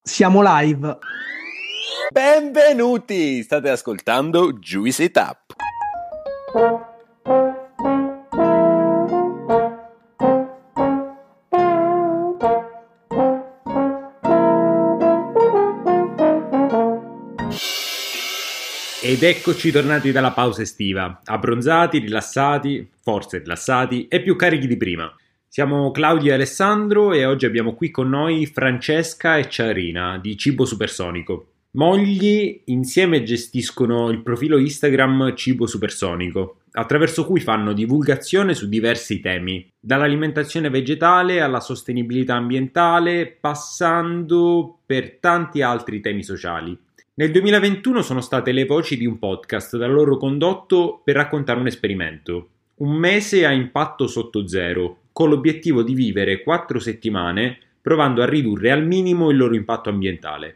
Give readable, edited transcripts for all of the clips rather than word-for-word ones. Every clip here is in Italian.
Siamo live. Benvenuti! State ascoltando Juicy Tap. Ed eccoci tornati dalla pausa estiva, abbronzati, rilassati, forse rilassati e più carichi di prima. Siamo Claudio e Alessandro e oggi abbiamo qui con noi Francesca e Ciarina di Cibo Supersonico. Mogli, insieme gestiscono il profilo Instagram Cibo Supersonico, attraverso cui fanno divulgazione su diversi temi, dall'alimentazione vegetale alla sostenibilità ambientale, passando per tanti altri temi sociali. Nel 2021 sono state le voci di un podcast da loro condotto per raccontare un esperimento. Un mese a impatto sotto zero, con l'obiettivo di vivere 4 settimane provando a ridurre al minimo il loro impatto ambientale.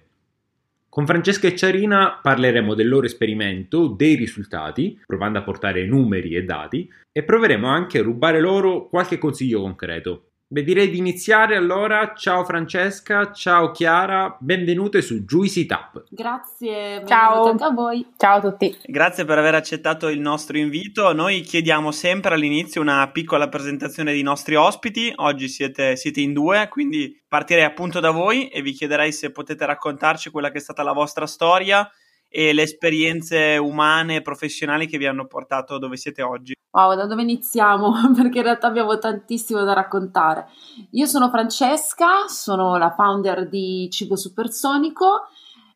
Con Francesca e Ciarina parleremo del loro esperimento, dei risultati, provando a portare numeri e dati, e proveremo anche a rubare loro qualche consiglio concreto. Beh, direi di iniziare allora. Ciao Francesca, ciao Chiara, benvenute su Juicy Tap. Grazie, Ciao anche a voi. Ciao a tutti. Grazie per aver accettato il nostro invito. Noi chiediamo sempre all'inizio una piccola presentazione dei nostri ospiti. Oggi siete in 2, quindi partirei appunto da voi e vi chiederei se potete raccontarci quella che è stata la vostra storia e le esperienze umane e professionali che vi hanno portato dove siete oggi. Wow, da dove iniziamo? Perché in realtà abbiamo tantissimo da raccontare. Io sono Francesca, sono la founder di Cibo Supersonico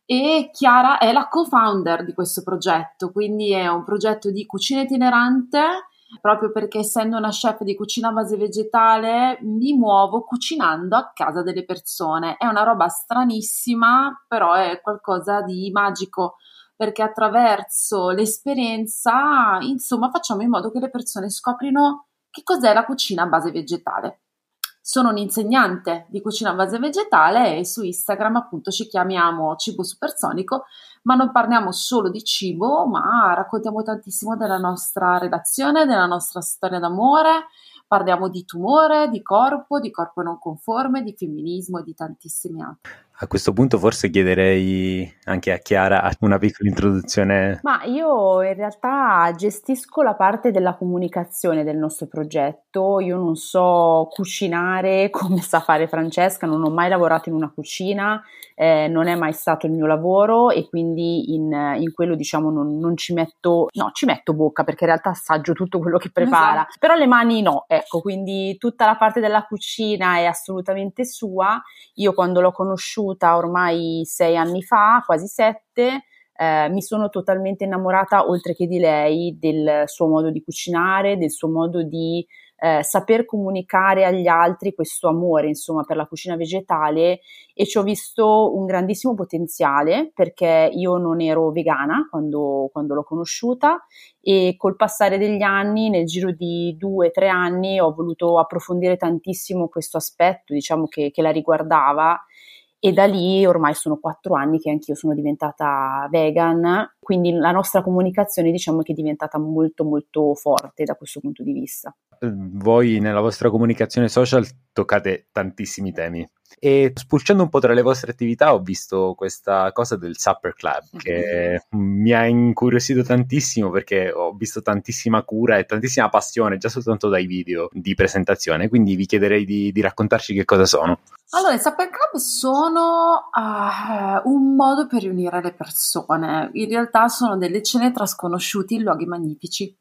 e Chiara è la co-founder di questo progetto, quindi è un progetto di cucina itinerante, proprio perché essendo una chef di cucina a base vegetale mi muovo cucinando a casa delle persone. È una roba stranissima, però è qualcosa di magico, perché attraverso l'esperienza, insomma, facciamo in modo che le persone scoprino che cos'è la cucina a base vegetale. Sono un'insegnante di cucina a base vegetale e su Instagram appunto ci chiamiamo Cibo Supersonico, ma non parliamo solo di cibo, ma raccontiamo tantissimo della nostra relazione, della nostra storia d'amore, parliamo di tumore, di corpo non conforme, di femminismo e di tantissimi altri. A questo punto forse chiederei anche a Chiara una piccola introduzione. Ma io in realtà gestisco la parte della comunicazione del nostro progetto. Io non so cucinare come sa fare Francesca, non ho mai lavorato in una cucina, non è mai stato il mio lavoro e quindi in quello diciamo non ci metto bocca, perché in realtà assaggio tutto quello che prepara, Esatto. Però le mani no, ecco, quindi tutta la parte della cucina è assolutamente sua. Io quando l'ho conosciuta ormai 6 anni fa, quasi 7, mi sono totalmente innamorata, oltre che di lei, del suo modo di cucinare, del suo modo di saper comunicare agli altri questo amore, insomma, per la cucina vegetale, e ci ho visto un grandissimo potenziale, perché io non ero vegana quando l'ho conosciuta e col passare degli anni, nel giro di 2-3 anni, ho voluto approfondire tantissimo questo aspetto, diciamo, che la riguardava. E da lì ormai sono 4 anni che anch'io sono diventata vegan, quindi la nostra comunicazione diciamo che è diventata molto molto forte da questo punto di vista. Voi nella vostra comunicazione social toccate tantissimi temi e spulciando un po' tra le vostre attività ho visto questa cosa del Supper Club che mi ha incuriosito tantissimo, perché ho visto tantissima cura e tantissima passione già soltanto dai video di presentazione, quindi vi chiederei di raccontarci che cosa sono. Allora, i Supper Club sono un modo per riunire le persone. In realtà sono delle cene tra sconosciuti in luoghi magnifici.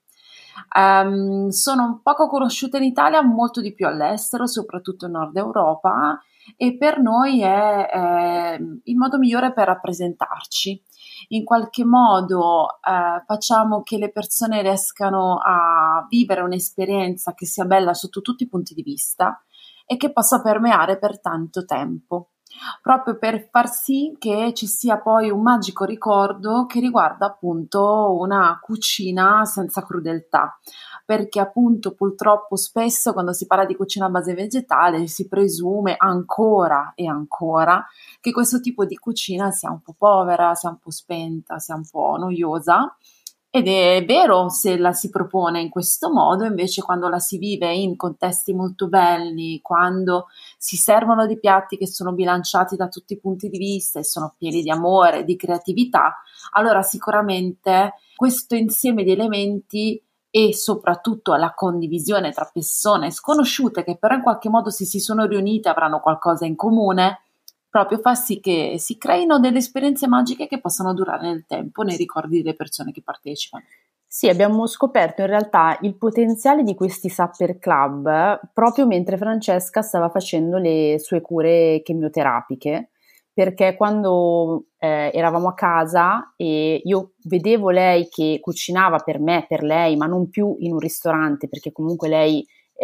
Sono poco conosciute in Italia, molto di più all'estero, soprattutto in Nord Europa, e per noi è il modo migliore per rappresentarci. In qualche modo facciamo che le persone riescano a vivere un'esperienza che sia bella sotto tutti i punti di vista e che possa permeare per tanto tempo, proprio per far sì che ci sia poi un magico ricordo che riguarda appunto una cucina senza crudeltà, perché appunto purtroppo spesso quando si parla di cucina a base vegetale si presume ancora e ancora che questo tipo di cucina sia un po' povera, sia un po' spenta, sia un po' noiosa, Ed è vero se la si propone in questo modo, invece quando la si vive in contesti molto belli, quando si servono dei piatti che sono bilanciati da tutti i punti di vista e sono pieni di amore, di creatività, allora sicuramente questo insieme di elementi e soprattutto la condivisione tra persone sconosciute che però in qualche modo se si sono riunite avranno qualcosa in comune, proprio fa sì che si creino delle esperienze magiche che possano durare nel tempo nei ricordi delle persone che partecipano. Sì, abbiamo scoperto in realtà il potenziale di questi Supper Club proprio mentre Francesca stava facendo le sue cure chemioterapiche, perché quando eravamo a casa e io vedevo lei che cucinava per me, per lei, ma non più in un ristorante, perché comunque lei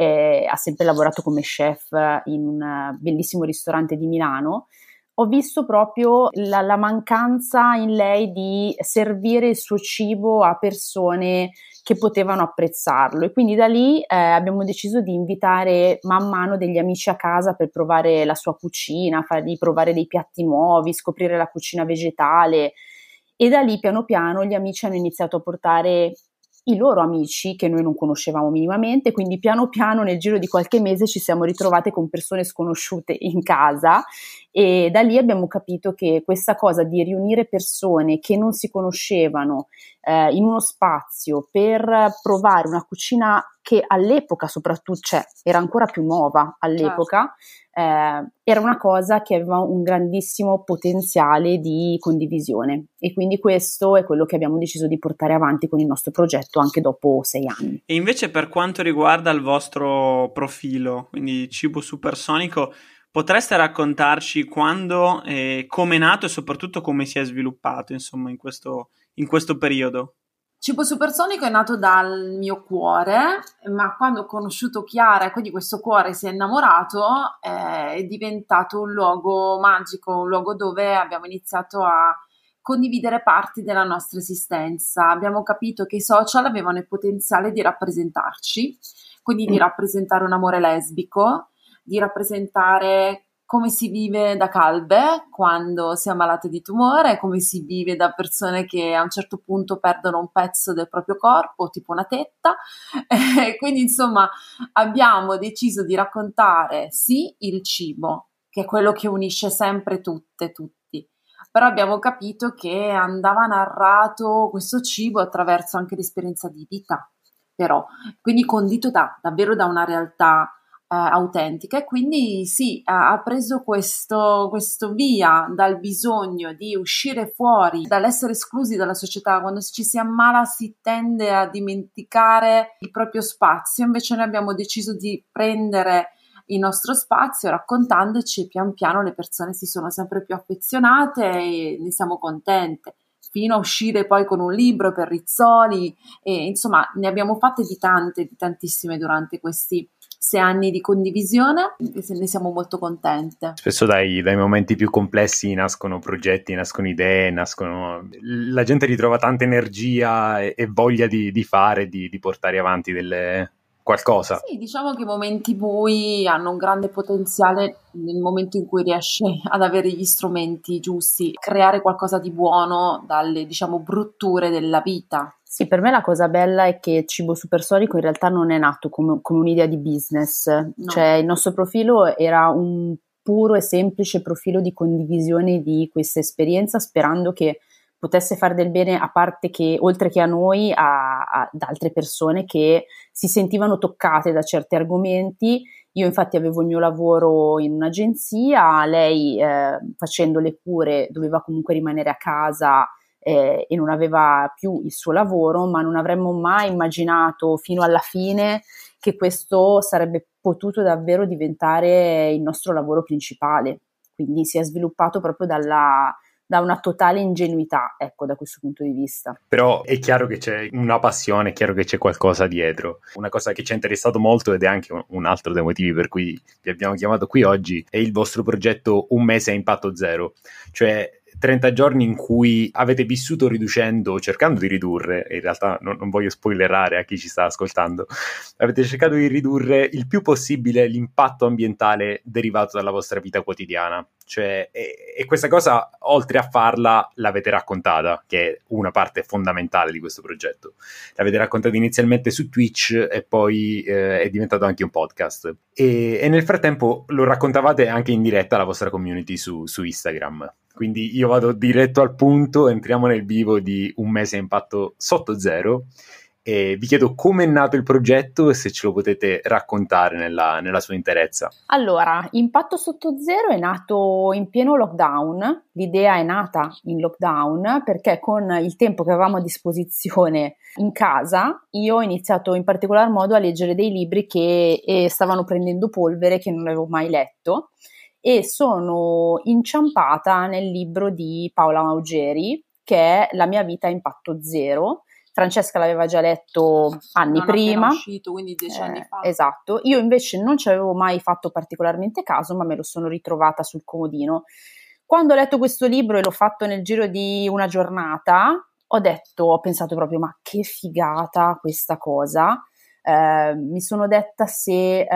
ha sempre lavorato come chef in un bellissimo ristorante di Milano. Ho visto proprio la mancanza in lei di servire il suo cibo a persone che potevano apprezzarlo, e quindi da lì abbiamo deciso di invitare man mano degli amici a casa per provare la sua cucina, fargli provare dei piatti nuovi, scoprire la cucina vegetale, e da lì piano piano gli amici hanno iniziato a portare i loro amici che noi non conoscevamo minimamente, quindi piano piano nel giro di qualche mese ci siamo ritrovate con persone sconosciute in casa, e da lì abbiamo capito che questa cosa di riunire persone che non si conoscevano in uno spazio per provare una cucina che all'epoca soprattutto, cioè era ancora più nuova all'epoca, era una cosa che aveva un grandissimo potenziale di condivisione, e quindi questo è quello che abbiamo deciso di portare avanti con il nostro progetto anche dopo 6 anni. E invece per quanto riguarda il vostro profilo, quindi Cibo Supersonico, potreste raccontarci quando e come è nato e soprattutto come si è sviluppato, insomma, in questo periodo? Cibo Supersonico è nato dal mio cuore, ma quando ho conosciuto Chiara e quindi questo cuore si è innamorato, è diventato un luogo magico, un luogo dove abbiamo iniziato a condividere parti della nostra esistenza. Abbiamo capito che i social avevano il potenziale di rappresentarci, quindi di rappresentare un amore lesbico, di rappresentare come si vive da calve quando si è ammalate di tumore, come si vive da persone che a un certo punto perdono un pezzo del proprio corpo, tipo una tetta. Quindi insomma abbiamo deciso di raccontare sì il cibo, che è quello che unisce sempre tutti, però abbiamo capito che andava narrato questo cibo attraverso anche l'esperienza di vita, però, quindi condito davvero da una realtà autentica, e quindi sì, ha preso questo via dal bisogno di uscire fuori, dall'essere esclusi dalla società. Quando ci si ammala si tende a dimenticare il proprio spazio, invece noi abbiamo deciso di prendere il nostro spazio raccontandoci, e pian piano le persone si sono sempre più affezionate e ne siamo contente, fino a uscire poi con un libro per Rizzoli, e insomma ne abbiamo fatte di tantissime durante questi 6 anni di condivisione, e ne siamo molto contente. Spesso dai momenti più complessi nascono progetti, nascono idee, la gente ritrova tanta energia e voglia di fare, di portare avanti qualcosa. Sì, diciamo che i momenti bui hanno un grande potenziale nel momento in cui riesci ad avere gli strumenti giusti, creare qualcosa di buono dalle, diciamo, brutture della vita. Sì, per me la cosa bella è che Cibo Supersonico in realtà non è nato come un'idea di business, No. Cioè il nostro profilo era un puro e semplice profilo di condivisione di questa esperienza, sperando che potesse fare del bene, a parte che oltre che a noi, ad altre persone che si sentivano toccate da certi argomenti. Io infatti avevo il mio lavoro in un'agenzia, lei facendo le cure doveva comunque rimanere a casa e non aveva più il suo lavoro, ma non avremmo mai immaginato fino alla fine che questo sarebbe potuto davvero diventare il nostro lavoro principale. Quindi si è sviluppato proprio da una totale ingenuità, ecco, da questo punto di vista. Però è chiaro che c'è una passione, è chiaro che c'è qualcosa dietro. Una cosa che ci ha interessato molto, ed è anche un altro dei motivi per cui vi abbiamo chiamato qui oggi, è il vostro progetto Un mese a impatto zero. Cioè 30 giorni in cui avete vissuto riducendo, cercando di ridurre, in realtà non voglio spoilerare a chi ci sta ascoltando, avete cercato di ridurre il più possibile l'impatto ambientale derivato dalla vostra vita quotidiana. Cioè, e questa cosa, oltre a farla, l'avete raccontata, che è una parte fondamentale di questo progetto. L'avete raccontata inizialmente su Twitch e poi è diventato anche un podcast. E nel frattempo lo raccontavate anche in diretta alla vostra community su Instagram. Quindi io vado diretto al punto, entriamo nel vivo di Un mese a impatto sotto zero. E vi chiedo come è nato il progetto e se ce lo potete raccontare nella sua interezza. Allora, Impatto Sotto Zero è nato in pieno lockdown. L'idea è nata in lockdown perché con il tempo che avevamo a disposizione in casa, io ho iniziato in particolar modo a leggere dei libri che stavano prendendo polvere, che non avevo mai letto, e sono inciampata nel libro di Paola Maugeri, che è La mia vita a impatto zero. Francesca l'aveva già letto anni prima. È uscito, quindi 10 anni fa. Esatto. Io invece non ci avevo mai fatto particolarmente caso, ma me lo sono ritrovata sul comodino. Quando ho letto questo libro e l'ho fatto nel giro di una giornata, ho pensato proprio, ma che figata questa cosa. Mi sono detta se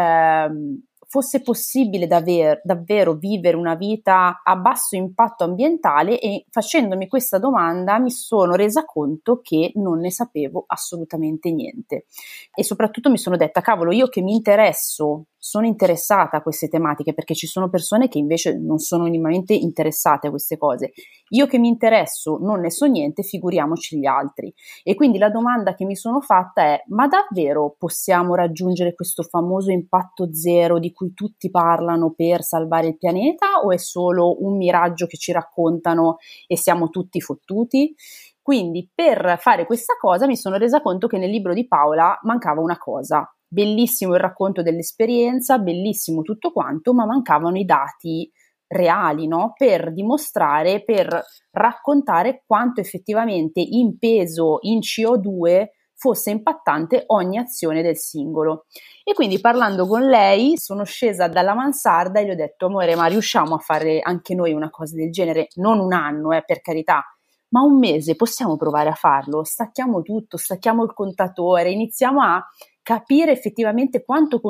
fosse possibile davvero vivere una vita a basso impatto ambientale, e facendomi questa domanda mi sono resa conto che non ne sapevo assolutamente niente, e soprattutto mi sono detta, cavolo, io che sono interessata a queste tematiche, perché ci sono persone che invece non sono minimamente interessate a queste cose. Io che mi interesso non ne so niente, figuriamoci gli altri. E quindi la domanda che mi sono fatta è: ma davvero possiamo raggiungere questo famoso impatto zero di cui tutti parlano per salvare il pianeta, o è solo un miraggio che ci raccontano e siamo tutti fottuti? Quindi per fare questa cosa mi sono resa conto che nel libro di Paola mancava una cosa. Bellissimo il racconto dell'esperienza, bellissimo tutto quanto, ma mancavano i dati reali, no? Per dimostrare, per raccontare quanto effettivamente in peso, in CO2 fosse impattante ogni azione del singolo. E quindi, parlando con lei, sono scesa dalla mansarda e gli ho detto: amore, ma riusciamo a fare anche noi una cosa del genere? Non un anno, per carità, ma un mese, possiamo provare a farlo? Stacchiamo tutto, stacchiamo il contatore, iniziamo a capire effettivamente quanto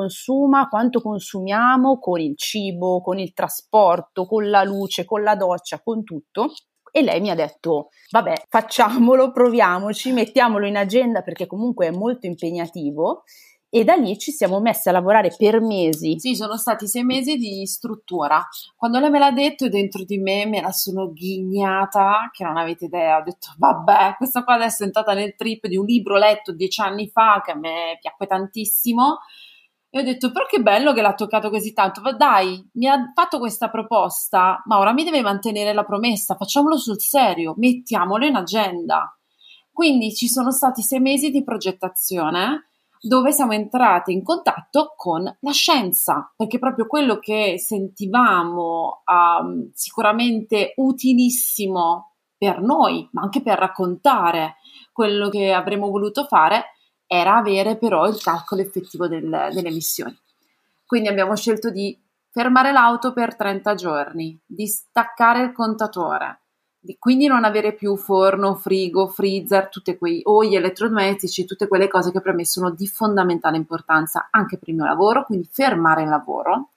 consumiamo con il cibo, con il trasporto, con la luce, con la doccia, con tutto. E lei mi ha detto: vabbè, facciamolo, proviamoci, mettiamolo in agenda, perché comunque è molto impegnativo. E da lì ci siamo messi a lavorare per mesi. Sì, sono stati 6 mesi di struttura. Quando lei me l'ha detto, dentro di me la sono ghignata, che non avete idea. Ho detto: vabbè, questa qua adesso è entrata nel trip di un libro letto 10 anni fa, che a me piacque tantissimo. E ho detto: però che bello che l'ha toccato così tanto. Ma dai, mi ha fatto questa proposta, ma ora mi deve mantenere la promessa, facciamolo sul serio, mettiamolo in agenda. Quindi ci sono stati 6 mesi di progettazione, dove siamo entrati in contatto con la scienza, perché proprio quello che sentivamo sicuramente utilissimo per noi, ma anche per raccontare quello che avremmo voluto fare, era avere però il calcolo effettivo delle emissioni. Quindi abbiamo scelto di fermare l'auto per 30 giorni, di staccare il contatore, quindi non avere più forno, frigo, freezer, gli elettrodomestici, tutte quelle cose che per me sono di fondamentale importanza anche per il mio lavoro, quindi fermare il lavoro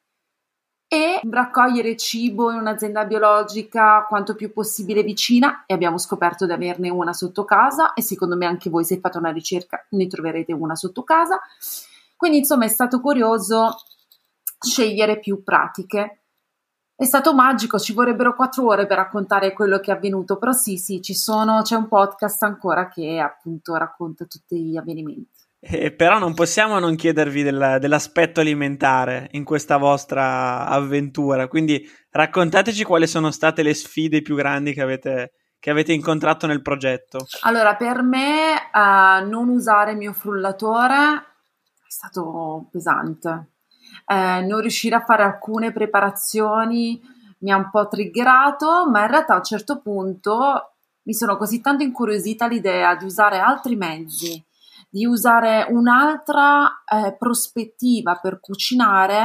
e raccogliere cibo in un'azienda biologica quanto più possibile vicina, e abbiamo scoperto di averne una sotto casa, e secondo me anche voi, se fate una ricerca, ne troverete una sotto casa. Quindi insomma è stato curioso scegliere più pratiche. È stato magico, ci vorrebbero 4 ore per raccontare quello che è avvenuto, però sì, c'è un podcast ancora che appunto racconta tutti gli avvenimenti. Però non possiamo non chiedervi dell'aspetto alimentare in questa vostra avventura, quindi raccontateci quali sono state le sfide più grandi che avete incontrato nel progetto. Allora, per me non usare il mio frullatore è stato pesante. Non riuscire a fare alcune preparazioni mi ha un po' triggerato, ma in realtà a un certo punto mi sono così tanto incuriosita l'idea di usare altri mezzi, di usare un'altra prospettiva per cucinare,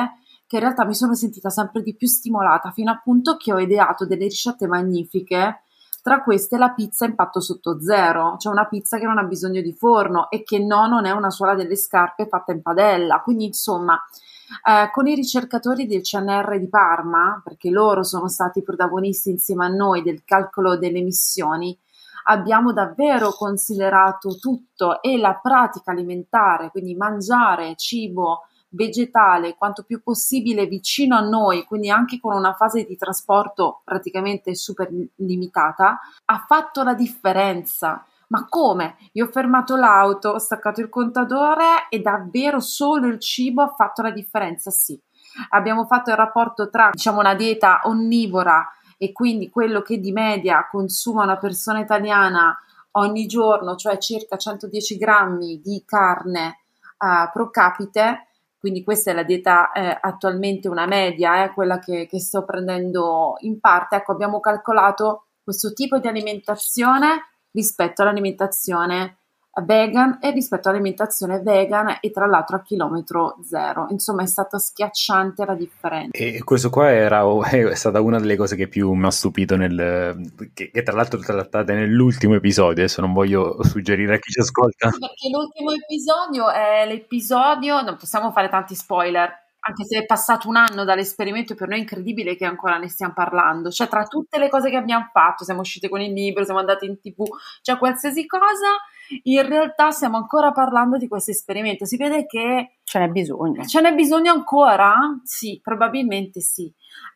che in realtà mi sono sentita sempre di più stimolata, fino a punto che ho ideato delle ricette magnifiche, tra queste la pizza impatto sotto zero, cioè una pizza che non ha bisogno di forno e che non è una suola delle scarpe fatta in padella. Quindi insomma, con i ricercatori del CNR di Parma, perché loro sono stati protagonisti insieme a noi del calcolo delle emissioni, abbiamo davvero considerato tutto, e la pratica alimentare, quindi mangiare cibo vegetale quanto più possibile vicino a noi, quindi anche con una fase di trasporto praticamente super limitata, ha fatto la differenza. Ma come? Io ho fermato l'auto, ho staccato il contatore e davvero solo il cibo ha fatto la differenza, sì. Abbiamo fatto il rapporto tra, diciamo, una dieta onnivora e quindi quello che di media consuma una persona italiana ogni giorno, cioè circa 110 grammi di carne pro capite. Quindi questa è la dieta attualmente, una media, quella che sto prendendo in parte. Ecco, abbiamo calcolato questo tipo di alimentazione rispetto all'alimentazione vegan e rispetto all'alimentazione vegan, e tra l'altro a chilometro zero. Insomma, è stata schiacciante la differenza. E questo qua è stata una delle cose che più mi ha stupito, che tra l'altro trattate nell'ultimo episodio. Adesso non voglio suggerire a chi ci ascolta. Perché l'ultimo episodio è l'episodio, non possiamo fare tanti spoiler, anche se è passato un anno dall'esperimento, per noi è incredibile che ancora ne stiamo parlando. Cioè, tra tutte le cose che abbiamo fatto, siamo uscite con il libro, siamo andati in TV, cioè qualsiasi cosa, in realtà stiamo ancora parlando di questo esperimento. Si vede che ce n'è bisogno. Ce n'è bisogno ancora? Sì, probabilmente sì.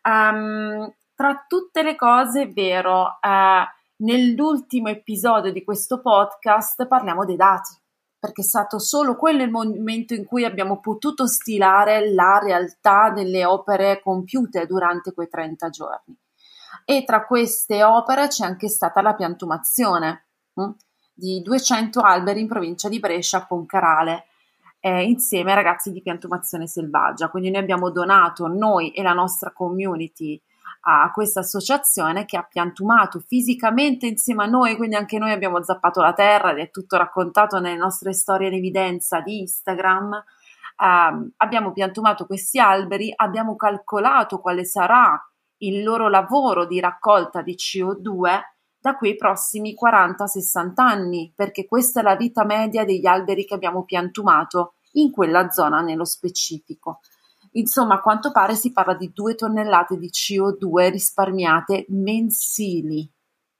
Tra tutte le cose, è vero, nell'ultimo episodio di questo podcast parliamo dei dati, perché è stato solo quello il momento in cui abbiamo potuto stilare la realtà delle opere compiute durante quei 30 giorni. E tra queste opere c'è anche stata la piantumazione di 200 alberi in provincia di Brescia a Poncarale, insieme ai ragazzi di Piantumazione Selvaggia. Quindi noi abbiamo donato, noi e la nostra community, a questa associazione che ha piantumato fisicamente insieme a noi, quindi anche noi abbiamo zappato la terra, ed è tutto raccontato nelle nostre storie in evidenza di Instagram. Abbiamo piantumato questi alberi, abbiamo calcolato quale sarà il loro lavoro di raccolta di CO2 da quei prossimi 40-60 anni, perché questa è la vita media degli alberi che abbiamo piantumato in quella zona nello specifico. Insomma, a quanto pare si parla di 2 tonnellate di CO2 risparmiate mensili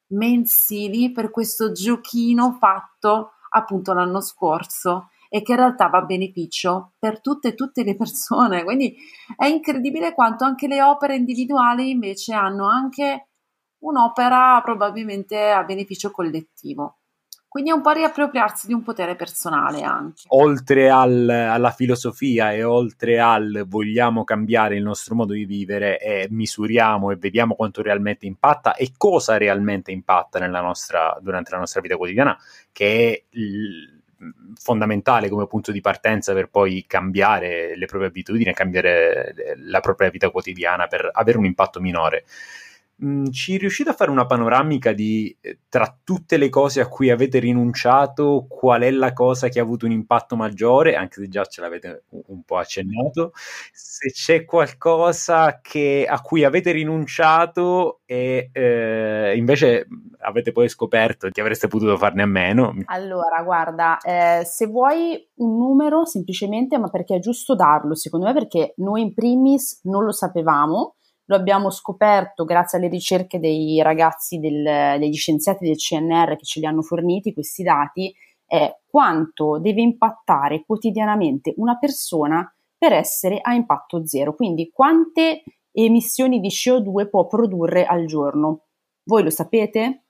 per questo giochino fatto appunto l'anno scorso, e che in realtà va a beneficio per tutte le persone. Quindi è incredibile quanto anche le opere individuali invece hanno anche un'opera probabilmente a beneficio collettivo. Quindi è un po' riappropriarsi di un potere personale anche. Oltre alla filosofia e oltre al vogliamo cambiare il nostro modo di vivere, e misuriamo e vediamo quanto realmente impatta e cosa realmente impatta durante la nostra vita quotidiana, che è fondamentale come punto di partenza per poi cambiare le proprie abitudini, cambiare la propria vita quotidiana per avere un impatto minore. Ci riuscite a fare una panoramica di, tra tutte le cose a cui avete rinunciato, qual è la cosa che ha avuto un impatto maggiore, anche se già ce l'avete un po' accennato, se c'è qualcosa a cui avete rinunciato e invece avete poi scoperto che avreste potuto farne a meno? Allora, guarda, se vuoi un numero semplicemente, ma perché è giusto darlo, secondo me, perché noi in primis non lo sapevamo. Lo abbiamo scoperto grazie alle ricerche dei ragazzi, degli scienziati del CNR che ce li hanno forniti questi dati, è quanto deve impattare quotidianamente una persona per essere a impatto zero. Quindi quante emissioni di CO2 può produrre al giorno. Voi lo sapete?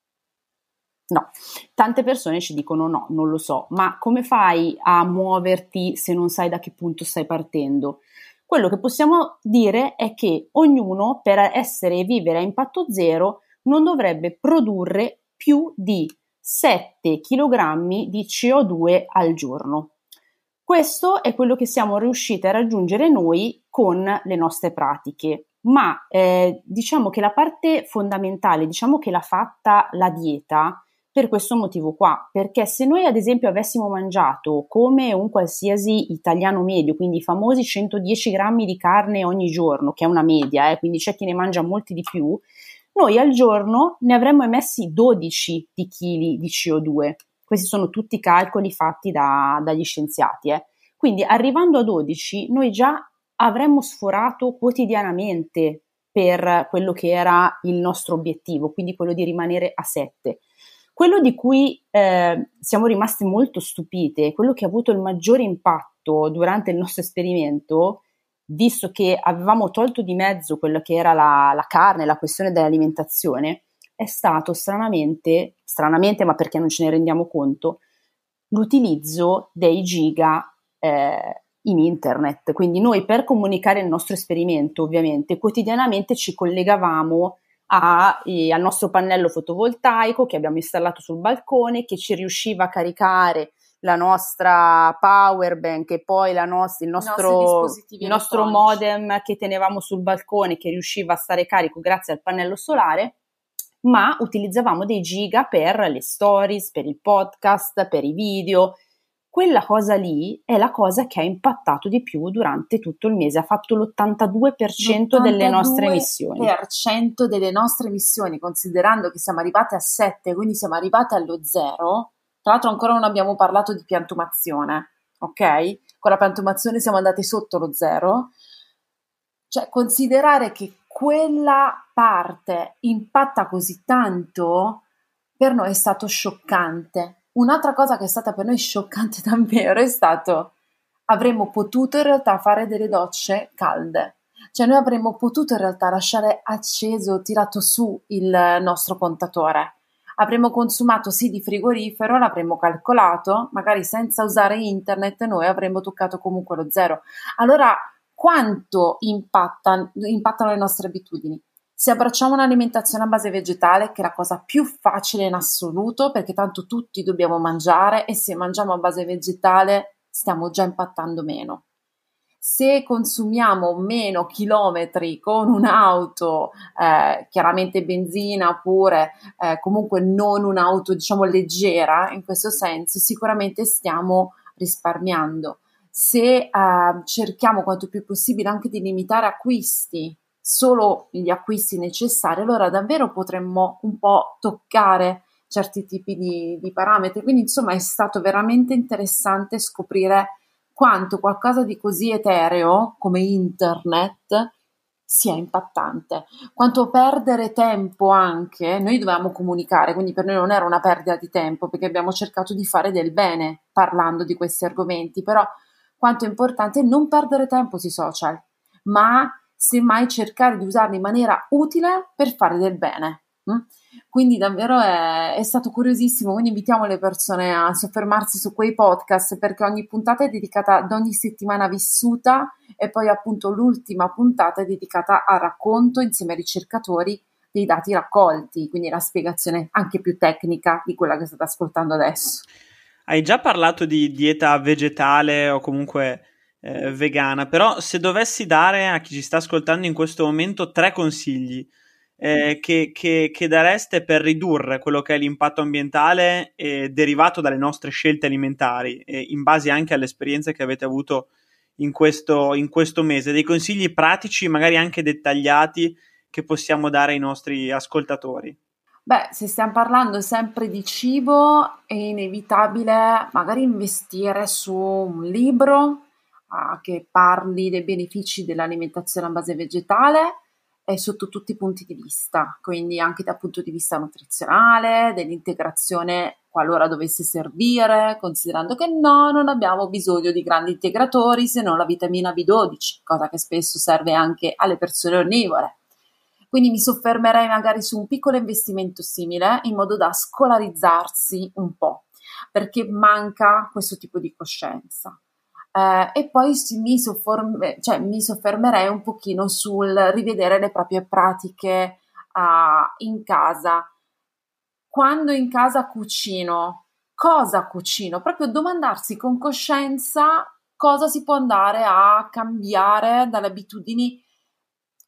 No, tante persone ci dicono no, non lo so, ma come fai a muoverti se non sai da che punto stai partendo? Quello che possiamo dire è che ognuno, per essere e vivere a impatto zero, non dovrebbe produrre più di 7 kg di CO2 al giorno. Questo è quello che siamo riusciti a raggiungere noi con le nostre pratiche, ma diciamo che la parte fondamentale, diciamo che l'ha fatta la dieta, per questo motivo qua, perché se noi ad esempio avessimo mangiato come un qualsiasi italiano medio, quindi i famosi 110 grammi di carne ogni giorno, che è una media, quindi c'è chi ne mangia molti di più, noi al giorno ne avremmo emessi 12 di chili di CO2. Questi sono tutti calcoli fatti dagli scienziati. Quindi arrivando a 12 noi già avremmo sforato quotidianamente per quello che era il nostro obiettivo, quindi quello di rimanere a 7. Quello di cui siamo rimasti molto stupite, quello che ha avuto il maggiore impatto durante il nostro esperimento, visto che avevamo tolto di mezzo quello che era la carne, la questione dell'alimentazione, è stato stranamente, ma perché non ce ne rendiamo conto, l'utilizzo dei giga in internet. Quindi noi per comunicare il nostro esperimento, ovviamente, quotidianamente ci collegavamo al nostro pannello fotovoltaico che abbiamo installato sul balcone, che ci riusciva a caricare la nostra power bank e poi il nostro modem che tenevamo sul balcone, che riusciva a stare carico grazie al pannello solare, ma utilizzavamo dei giga per le stories, per il podcast, per i video. Quella cosa lì è la cosa che ha impattato di più durante tutto il mese, ha fatto l'82% delle nostre emissioni. L'82% delle nostre emissioni, considerando che siamo arrivate a 7, quindi siamo arrivate allo 0. Tra l'altro ancora non abbiamo parlato di piantumazione, ok? Con la piantumazione siamo andati sotto lo 0. Cioè, considerare che quella parte impatta così tanto, per noi è stato scioccante. Un'altra cosa che è stata per noi scioccante davvero è stato: avremmo potuto in realtà fare delle docce calde. Cioè noi avremmo potuto in realtà lasciare acceso, tirato su il nostro contatore. Avremmo consumato sì di frigorifero, l'avremmo calcolato, magari senza usare internet noi avremmo toccato comunque lo 0. Allora, quanto impattano le nostre abitudini? Se abbracciamo un'alimentazione a base vegetale, che è la cosa più facile in assoluto, perché tanto tutti dobbiamo mangiare, e se mangiamo a base vegetale stiamo già impattando meno. Se consumiamo meno chilometri con un'auto, chiaramente benzina, oppure comunque non un'auto diciamo leggera in questo senso, sicuramente stiamo risparmiando. Se cerchiamo quanto più possibile anche di limitare acquisti, solo gli acquisti necessari, allora davvero potremmo un po' toccare certi tipi di parametri. Quindi insomma è stato veramente interessante scoprire quanto qualcosa di così etereo come internet sia impattante, quanto perdere tempo anche. Noi dovevamo comunicare, quindi per noi non era una perdita di tempo, perché abbiamo cercato di fare del bene parlando di questi argomenti, però quanto è importante non perdere tempo sui social, ma semmai cercare di usarli in maniera utile per fare del bene. Quindi davvero è stato curiosissimo, quindi invitiamo le persone a soffermarsi su quei podcast, perché ogni puntata è dedicata ad ogni settimana vissuta, e poi appunto l'ultima puntata è dedicata al racconto insieme ai ricercatori dei dati raccolti, quindi la spiegazione anche più tecnica di quella che state ascoltando adesso. Hai già parlato di dieta vegetale o comunque vegana, però se dovessi dare a chi ci sta ascoltando in questo momento 3 consigli che dareste per ridurre quello che è l'impatto ambientale derivato dalle nostre scelte alimentari, in base anche alle esperienze che avete avuto in questo mese, dei consigli pratici, magari anche dettagliati, che possiamo dare ai nostri ascoltatori? Beh, se stiamo parlando sempre di cibo, è inevitabile magari investire su un libro che parli dei benefici dell'alimentazione a base vegetale, e sotto tutti i punti di vista, quindi anche dal punto di vista nutrizionale, dell'integrazione qualora dovesse servire, considerando che non abbiamo bisogno di grandi integratori se non la vitamina B12, cosa che spesso serve anche alle persone onnivore. Quindi mi soffermerei magari su un piccolo investimento simile, in modo da scolarizzarsi un po', perché manca questo tipo di coscienza. E poi mi soffermerei un pochino sul rivedere le proprie pratiche in casa. Quando in casa cucino, cosa cucino? Proprio domandarsi con coscienza cosa si può andare a cambiare dalle abitudini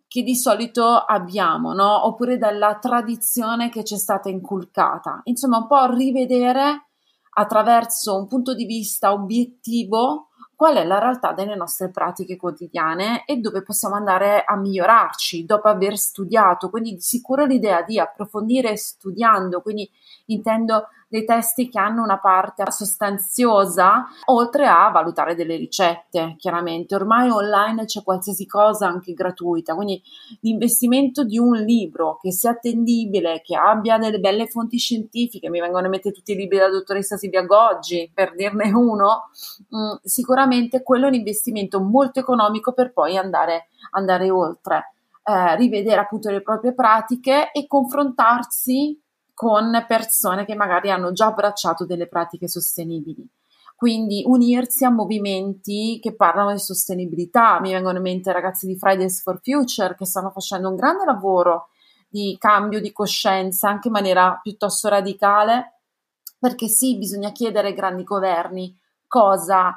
che di solito abbiamo, no? Oppure dalla tradizione che ci è stata inculcata. Insomma, un po' rivedere attraverso un punto di vista obiettivo qual è la realtà delle nostre pratiche quotidiane e dove possiamo andare a migliorarci dopo aver studiato. Quindi di sicuro l'idea di approfondire studiando, quindi intendo dei testi che hanno una parte sostanziosa, oltre a valutare delle ricette, chiaramente. Ormai online c'è qualsiasi cosa anche gratuita, quindi l'investimento di un libro che sia attendibile, che abbia delle belle fonti scientifiche, mi vengono in mente tutti i libri della dottoressa Silvia Goggi, per dirne uno, sicuramente quello è un investimento molto economico per poi andare oltre, rivedere appunto le proprie pratiche e confrontarsi con persone che magari hanno già abbracciato delle pratiche sostenibili. Quindi unirsi a movimenti che parlano di sostenibilità. Mi vengono in mente i ragazzi di Fridays for Future che stanno facendo un grande lavoro di cambio di coscienza anche in maniera piuttosto radicale, perché sì, bisogna chiedere ai grandi governi cosa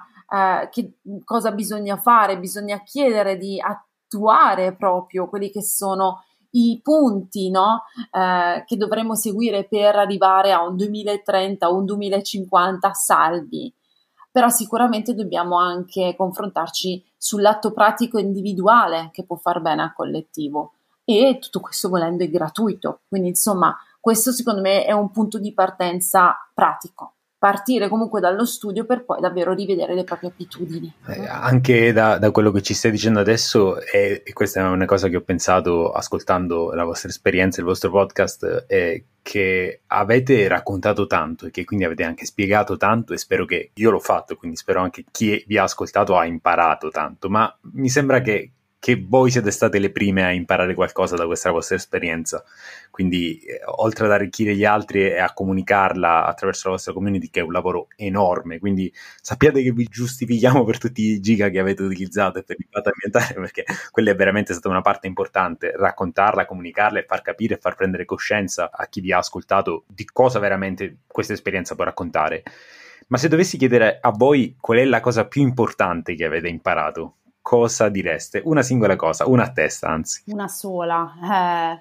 bisogna fare, bisogna chiedere di attuare proprio quelli che sono i punti, no? Che dovremmo seguire per arrivare a un 2030 o un 2050 salvi. Però sicuramente dobbiamo anche confrontarci sull'atto pratico individuale che può far bene al collettivo, e tutto questo volendo è gratuito. Quindi insomma, questo secondo me è un punto di partenza pratico. Partire comunque dallo studio per poi davvero rivedere le proprie abitudini. Anche da quello che ci stai dicendo adesso, e questa è una cosa che ho pensato ascoltando la vostra esperienza, il vostro podcast, è che avete raccontato tanto e che quindi avete anche spiegato tanto, e spero che io l'ho fatto, quindi spero anche chi vi ha ascoltato ha imparato tanto, ma mi sembra che voi siete state le prime a imparare qualcosa da questa vostra esperienza, quindi oltre ad arricchire gli altri e a comunicarla attraverso la vostra community, che è un lavoro enorme, quindi sappiate che vi giustifichiamo per tutti i giga che avete utilizzato e per l'impatto ambientale, perché quella è veramente stata una parte importante, raccontarla, comunicarla e far capire e far prendere coscienza a chi vi ha ascoltato di cosa veramente questa esperienza può raccontare. Ma se dovessi chiedere a voi qual è la cosa più importante che avete imparato, cosa direste? Una singola cosa, una a testa anzi. Una sola.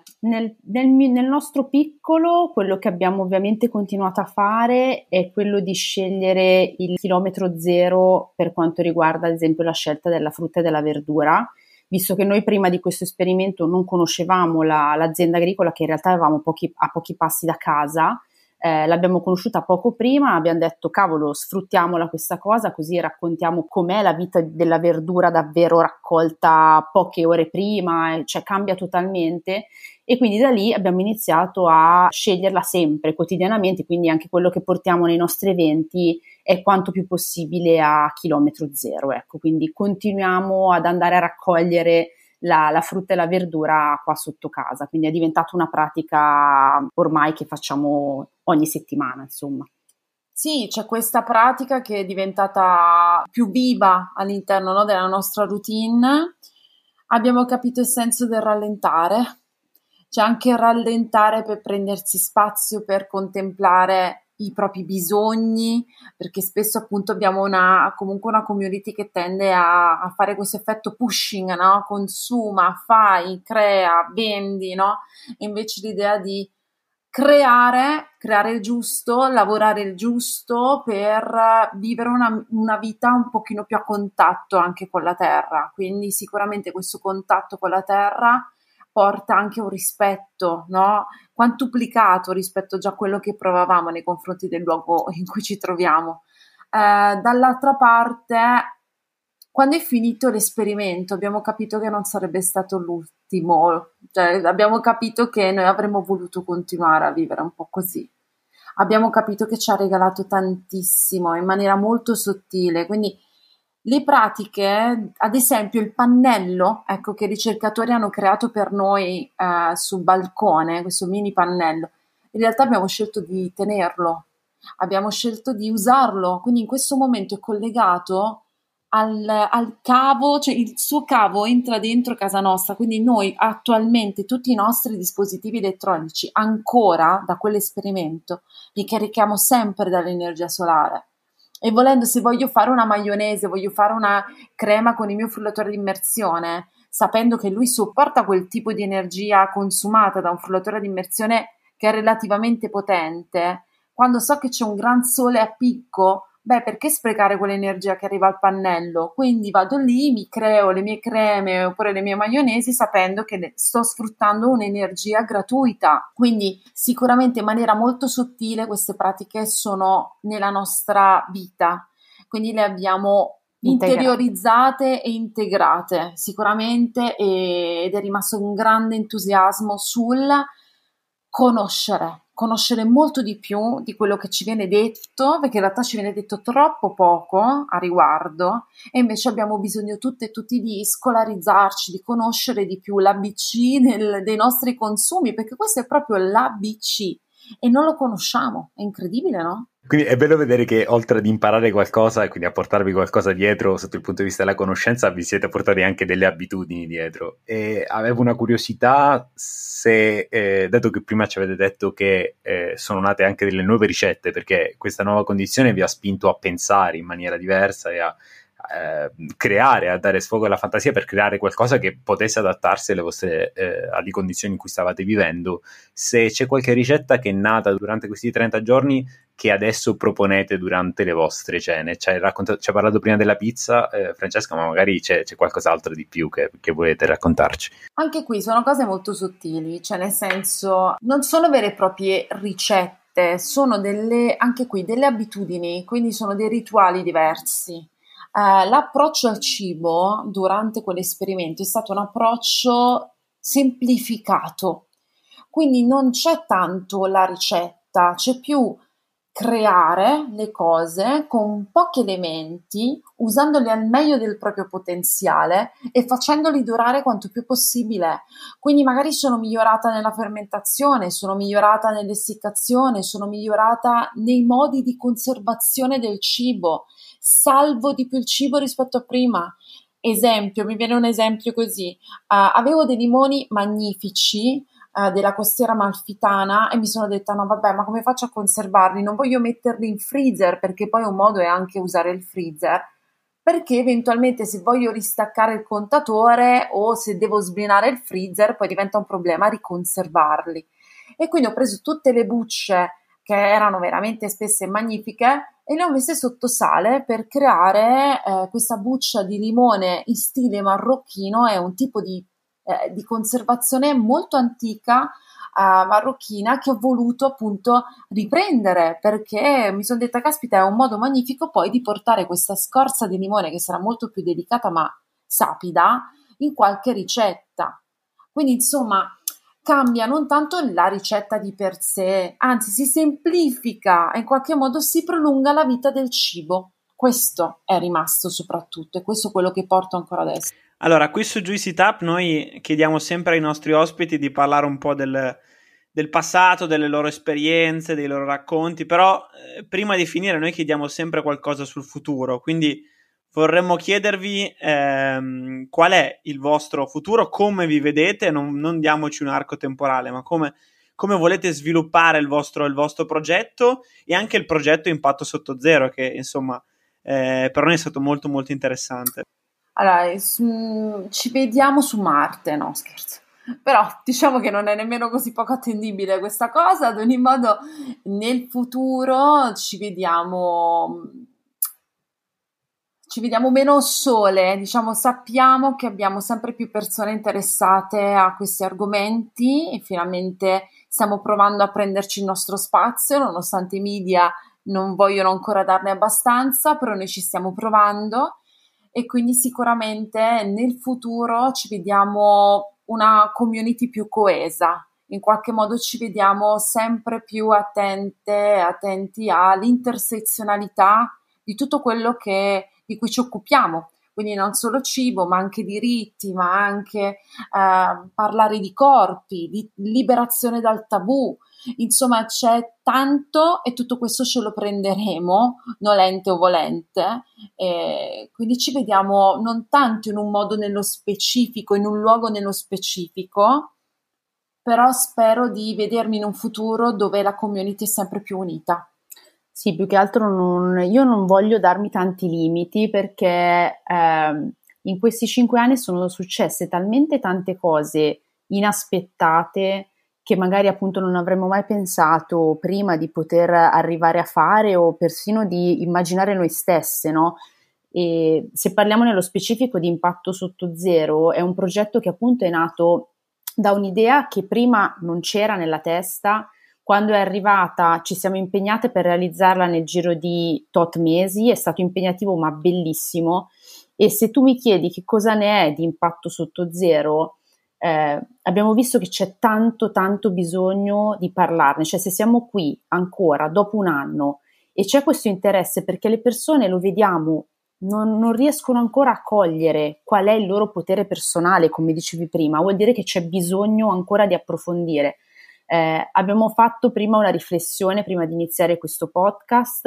Nel nostro piccolo, quello che abbiamo ovviamente continuato a fare è quello di scegliere il chilometro zero per quanto riguarda ad esempio la scelta della frutta e della verdura, visto che noi prima di questo esperimento non conoscevamo l'azienda agricola che in realtà avevamo a pochi passi da casa. L'abbiamo conosciuta poco prima, abbiamo detto cavolo, sfruttiamola questa cosa, così raccontiamo com'è la vita della verdura davvero raccolta poche ore prima, cioè cambia totalmente, e quindi da lì abbiamo iniziato a sceglierla sempre, quotidianamente, quindi anche quello che portiamo nei nostri eventi è quanto più possibile a chilometro zero, ecco, quindi continuiamo ad andare a raccogliere la frutta e la verdura qua sotto casa, quindi è diventata una pratica ormai che facciamo ogni settimana, insomma. Sì, c'è questa pratica che è diventata più viva all'interno, no, della nostra routine. Abbiamo capito il senso del rallentare, c'è anche il rallentare per prendersi spazio, per contemplare i propri bisogni, perché spesso appunto abbiamo comunque una community che tende a fare questo effetto pushing, no? Consuma, fai, crea, vendi, no? E invece l'idea di creare il giusto, lavorare il giusto per vivere una vita un pochino più a contatto anche con la terra. Quindi sicuramente questo contatto con la terra porta anche un rispetto, no? Quantuplicato rispetto già a quello che provavamo nei confronti del luogo in cui ci troviamo. Dall'altra parte, quando è finito l'esperimento, abbiamo capito che non sarebbe stato l'ultimo, cioè abbiamo capito che noi avremmo voluto continuare a vivere un po' così. Abbiamo capito che ci ha regalato tantissimo in maniera molto sottile, quindi le pratiche, ad esempio il pannello, ecco, che i ricercatori hanno creato per noi sul balcone, questo mini pannello, in realtà abbiamo scelto di tenerlo, abbiamo scelto di usarlo, quindi in questo momento è collegato al cavo, cioè il suo cavo entra dentro casa nostra, quindi noi attualmente tutti i nostri dispositivi elettronici ancora da quell'esperimento li carichiamo sempre dall'energia solare. E volendo, se voglio fare una maionese, voglio fare una crema con il mio frullatore di immersione, sapendo che lui sopporta quel tipo di energia consumata da un frullatore ad immersione che è relativamente potente, quando so che c'è un gran sole a picco, perché sprecare quell'energia che arriva al pannello? Quindi vado lì, mi creo le mie creme oppure le mie maionesi sapendo che sto sfruttando un'energia gratuita. Quindi sicuramente in maniera molto sottile queste pratiche sono nella nostra vita, quindi le abbiamo interiorizzate e integrate sicuramente, ed è rimasto un grande entusiasmo sul conoscere molto di più di quello che ci viene detto, perché in realtà ci viene detto troppo poco a riguardo, e invece abbiamo bisogno tutte e tutti di scolarizzarci, di conoscere di più l'ABC dei nostri consumi, perché questo è proprio l'ABC e non lo conosciamo, è incredibile, no? Quindi è bello vedere che oltre ad imparare qualcosa e quindi a portarvi qualcosa dietro sotto il punto di vista della conoscenza, vi siete portati anche delle abitudini dietro. E avevo una curiosità se, dato che prima ci avete detto che sono nate anche delle nuove ricette, perché questa nuova condizione vi ha spinto a pensare in maniera diversa e a creare, a dare sfogo alla fantasia per creare qualcosa che potesse adattarsi alle condizioni in cui stavate vivendo. Se c'è qualche ricetta che è nata durante questi 30 giorni che adesso proponete durante le vostre cene. Ci hai parlato prima della pizza, Francesca, ma magari c'è qualcos'altro di più che volete raccontarci. Anche qui sono cose molto sottili, cioè nel senso non sono vere e proprie ricette, sono anche qui delle abitudini, quindi sono dei rituali diversi. L'approccio al cibo durante quell'esperimento è stato un approccio semplificato, quindi non c'è tanto la ricetta, c'è più creare le cose con pochi elementi, usandoli al meglio del proprio potenziale e facendoli durare quanto più possibile. Quindi magari sono migliorata nella fermentazione, sono migliorata nell'essiccazione, sono migliorata nei modi di conservazione del cibo, salvo di più il cibo rispetto a prima. Esempio, mi viene un esempio così, avevo dei limoni magnifici della costiera amalfitana e mi sono detta no vabbè, ma come faccio a conservarli? Non voglio metterli in freezer, perché poi un modo è anche usare il freezer, perché eventualmente se voglio ristaccare il contatore o se devo sblinare il freezer poi diventa un problema riconservarli. E quindi ho preso tutte le bucce che erano veramente spesse e magnifiche e le ho messe sotto sale per creare questa buccia di limone in stile marocchino. È un tipo di conservazione molto antica, marocchina, che ho voluto appunto riprendere, perché mi sono detta caspita, è un modo magnifico poi di portare questa scorza di limone, che sarà molto più delicata ma sapida, in qualche ricetta. Quindi insomma cambia non tanto la ricetta di per sé, anzi si semplifica e in qualche modo si prolunga la vita del cibo. Questo è rimasto soprattutto, e questo è quello che porto ancora adesso. Allora, qui su Juicy It Up noi chiediamo sempre ai nostri ospiti di parlare un po' del passato, delle loro esperienze, dei loro racconti, però prima di finire noi chiediamo sempre qualcosa sul futuro, quindi vorremmo chiedervi qual è il vostro futuro, come vi vedete, non diamoci un arco temporale, ma come volete sviluppare il vostro progetto e anche il progetto Impatto Sotto Zero, che insomma per noi è stato molto molto interessante. Allora, ci vediamo su Marte, no scherzo, però diciamo che non è nemmeno così poco attendibile questa cosa. Ad ogni modo nel futuro ci vediamo meno sole, diciamo, sappiamo che abbiamo sempre più persone interessate a questi argomenti e finalmente stiamo provando a prenderci il nostro spazio, nonostante i media non vogliono ancora darne abbastanza, però noi ci stiamo provando. E quindi sicuramente nel futuro ci vediamo una community più coesa, in qualche modo ci vediamo sempre più attenti all'intersezionalità di tutto quello di cui ci occupiamo, quindi non solo cibo, ma anche diritti, ma anche parlare di corpi, di liberazione dal tabù. Insomma, c'è tanto e tutto questo ce lo prenderemo, nolente o volente, e quindi ci vediamo non tanto in un modo nello specifico, in un luogo nello specifico, però spero di vedermi in un futuro dove la community è sempre più unita. Sì, più che altro io non voglio darmi tanti limiti, perché in questi 5 anni sono successe talmente tante cose inaspettate che magari appunto non avremmo mai pensato prima di poter arrivare a fare o persino di immaginare noi stesse, no? E se parliamo nello specifico di Impatto Sotto Zero, è un progetto che appunto è nato da un'idea che prima non c'era nella testa. Quando è arrivata ci siamo impegnate per realizzarla nel giro di tot mesi, è stato impegnativo ma bellissimo, e se tu mi chiedi che cosa ne è di Impatto Sotto Zero, abbiamo visto che c'è tanto bisogno di parlarne, cioè se siamo qui ancora dopo un anno e c'è questo interesse perché le persone, lo vediamo, non riescono ancora a cogliere qual è il loro potere personale, come dicevi prima, vuol dire che c'è bisogno ancora di approfondire. Abbiamo fatto prima una riflessione, prima di iniziare questo podcast,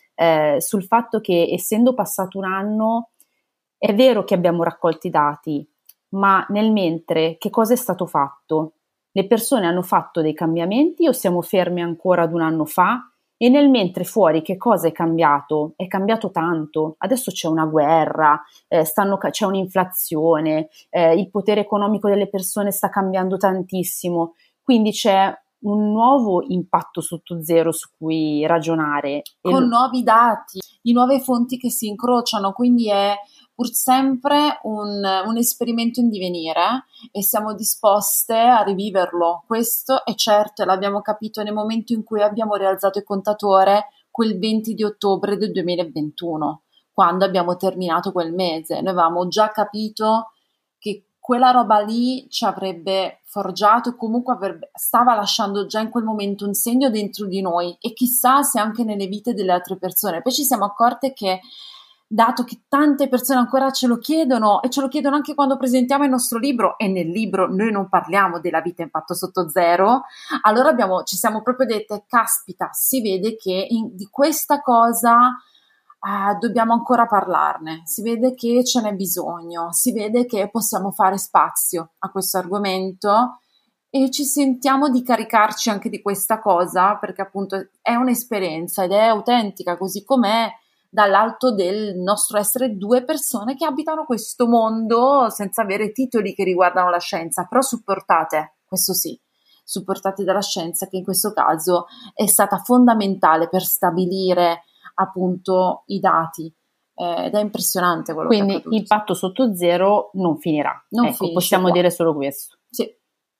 sul fatto che essendo passato un anno, è vero che abbiamo raccolto i dati, ma nel mentre che cosa è stato fatto? Le persone hanno fatto dei cambiamenti o siamo fermi ancora ad un anno fa? E nel mentre fuori che cosa è cambiato? È cambiato tanto, adesso c'è una guerra, c'è un'inflazione, il potere economico delle persone sta cambiando tantissimo, quindi c'è un nuovo impatto sotto zero su cui ragionare. Con nuovi dati, di nuove fonti che si incrociano, quindi è pur sempre un esperimento in divenire e siamo disposte a riviverlo. Questo è certo e l'abbiamo capito nel momento in cui abbiamo rialzato il contatore quel 20 di ottobre del 2021, quando abbiamo terminato quel mese. Noi avevamo già capito che quella roba lì ci avrebbe forgiato e comunque stava lasciando già in quel momento un segno dentro di noi e chissà se anche nelle vite delle altre persone. Poi ci siamo accorte che, dato che tante persone ancora ce lo chiedono e ce lo chiedono anche quando presentiamo il nostro libro, e nel libro noi non parliamo della vita impatto sotto zero, allora ci siamo proprio dette, caspita, si vede che di questa cosa dobbiamo ancora parlarne, si vede che ce n'è bisogno, si vede che possiamo fare spazio a questo argomento e ci sentiamo di caricarci anche di questa cosa, perché appunto è un'esperienza ed è autentica, così com'è, dall'alto del nostro essere due persone che abitano questo mondo senza avere titoli che riguardano la scienza, però supportate, questo sì, supportate dalla scienza, che in questo caso è stata fondamentale per stabilire appunto i dati, ed è impressionante quello Quindi che è accaduto. Impatto Sotto Zero non finirà, possiamo dire solo questo. Sì.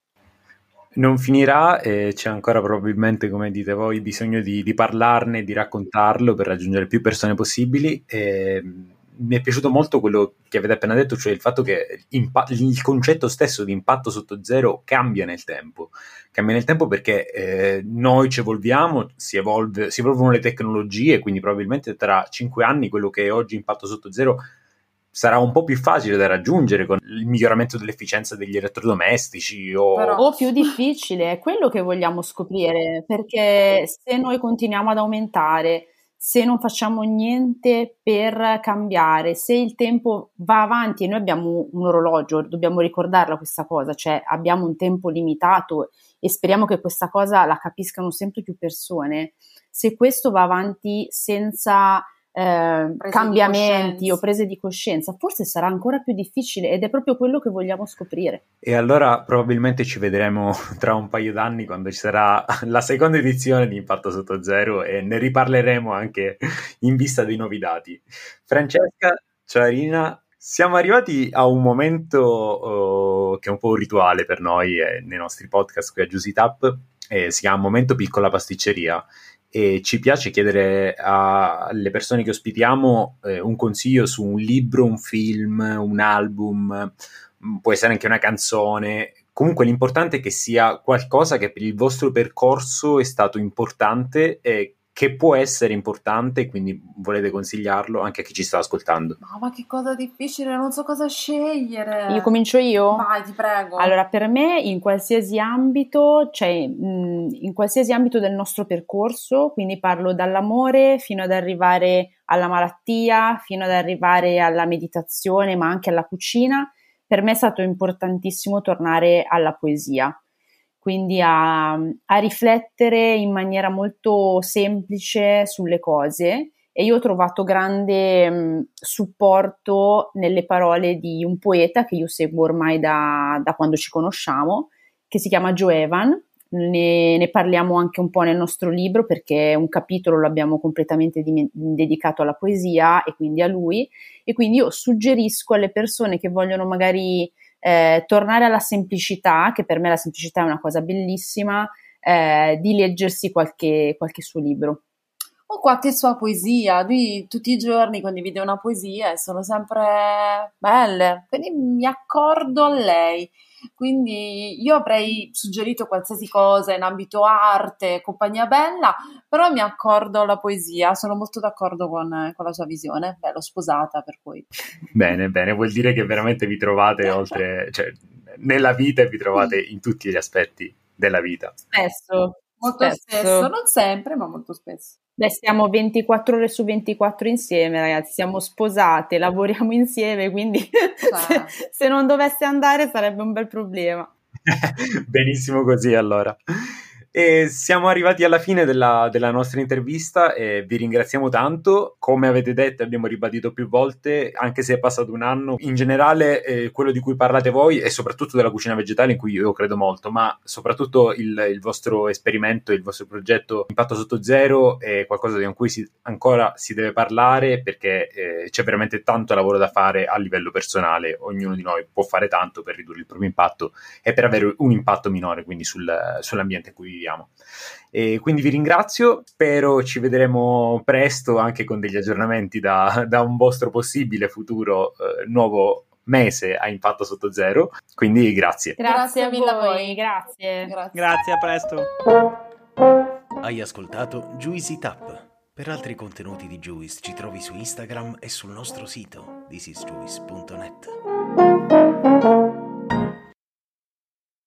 Non finirà e c'è ancora probabilmente, come dite voi, bisogno di parlarne, di raccontarlo per raggiungere più persone possibili. Mi è piaciuto molto quello che avete appena detto, cioè il fatto che il concetto stesso di impatto sotto zero cambia nel tempo perché noi ci evolviamo, si evolvono le tecnologie, quindi probabilmente tra 5 anni quello che è oggi impatto sotto zero sarà un po' più facile da raggiungere con il miglioramento dell'efficienza degli elettrodomestici o più difficile, è quello che vogliamo scoprire, perché se noi continuiamo ad aumentare, se non facciamo niente per cambiare, se il tempo va avanti e noi abbiamo un orologio, dobbiamo ricordarla questa cosa, cioè abbiamo un tempo limitato e speriamo che questa cosa la capiscano sempre più persone, se questo va avanti senza cambiamenti o prese di coscienza, forse sarà ancora più difficile ed è proprio quello che vogliamo scoprire. E allora probabilmente ci vedremo tra un paio d'anni quando ci sarà la seconda edizione di Impatto Sotto Zero e ne riparleremo anche in vista dei nuovi dati. Francesca, ciao Irina, siamo arrivati a un momento che è un po' un rituale per noi nei nostri podcast qui a Juicy Tap, si chiama Momento Piccola Pasticceria. E ci piace chiedere alle persone che ospitiamo un consiglio su un libro, un film, un album, può essere anche una canzone. Comunque l'importante è che sia qualcosa che per il vostro percorso è stato importante e che può essere importante, quindi volete consigliarlo anche a chi ci sta ascoltando. Ma che cosa difficile, non so cosa scegliere. Io comincio io? Vai, ti prego. Allora, per me in qualsiasi ambito, cioè in qualsiasi ambito del nostro percorso, quindi parlo dall'amore fino ad arrivare alla malattia, fino ad arrivare alla meditazione, ma anche alla cucina, per me è stato importantissimo tornare alla poesia. Quindi a riflettere in maniera molto semplice sulle cose e io ho trovato grande supporto nelle parole di un poeta che io seguo ormai da quando ci conosciamo, che si chiama Joe Evan. Ne parliamo anche un po' nel nostro libro, perché un capitolo l'abbiamo completamente dedicato alla poesia e quindi a lui, e quindi io suggerisco alle persone che vogliono magari tornare alla semplicità, che per me la semplicità è una cosa bellissima, di leggersi qualche suo libro. O qualche sua poesia. Lui tutti i giorni condivide una poesia e sono sempre belle, quindi mi accordo a lei. Quindi io avrei suggerito qualsiasi cosa in ambito arte, compagnia bella, però mi accordo alla poesia, sono molto d'accordo con la sua visione. Beh, l'ho sposata, per cui. Bene, vuol dire che veramente vi trovate cioè, nella vita, e vi trovate in tutti gli aspetti della vita. Molto spesso, non sempre, ma molto spesso. Beh, stiamo 24 ore su 24 insieme, ragazzi, siamo sposate, lavoriamo insieme, quindi se non dovesse andare sarebbe un bel problema. Benissimo così, allora. E siamo arrivati alla fine della nostra intervista e vi ringraziamo tanto. Come avete detto, abbiamo ribadito più volte, anche se è passato un anno, in generale quello di cui parlate voi, e soprattutto della cucina vegetale, in cui io credo molto, ma soprattutto il vostro esperimento, il vostro progetto Impatto Sotto Zero è qualcosa di cui ancora si deve parlare, perché c'è veramente tanto lavoro da fare a livello personale. Ognuno di noi può fare tanto per ridurre il proprio impatto e per avere un impatto minore, quindi sull'ambiente in cui viviamo. E quindi vi ringrazio, spero ci vedremo presto anche con degli aggiornamenti da un vostro possibile futuro nuovo mese a Impatto Sotto Zero. Quindi grazie. Grazie mille a voi, grazie. Grazie, a presto. Hai ascoltato Juicy Tap. Per altri contenuti di Juice ci trovi su Instagram e sul nostro sito thisisjuice.net.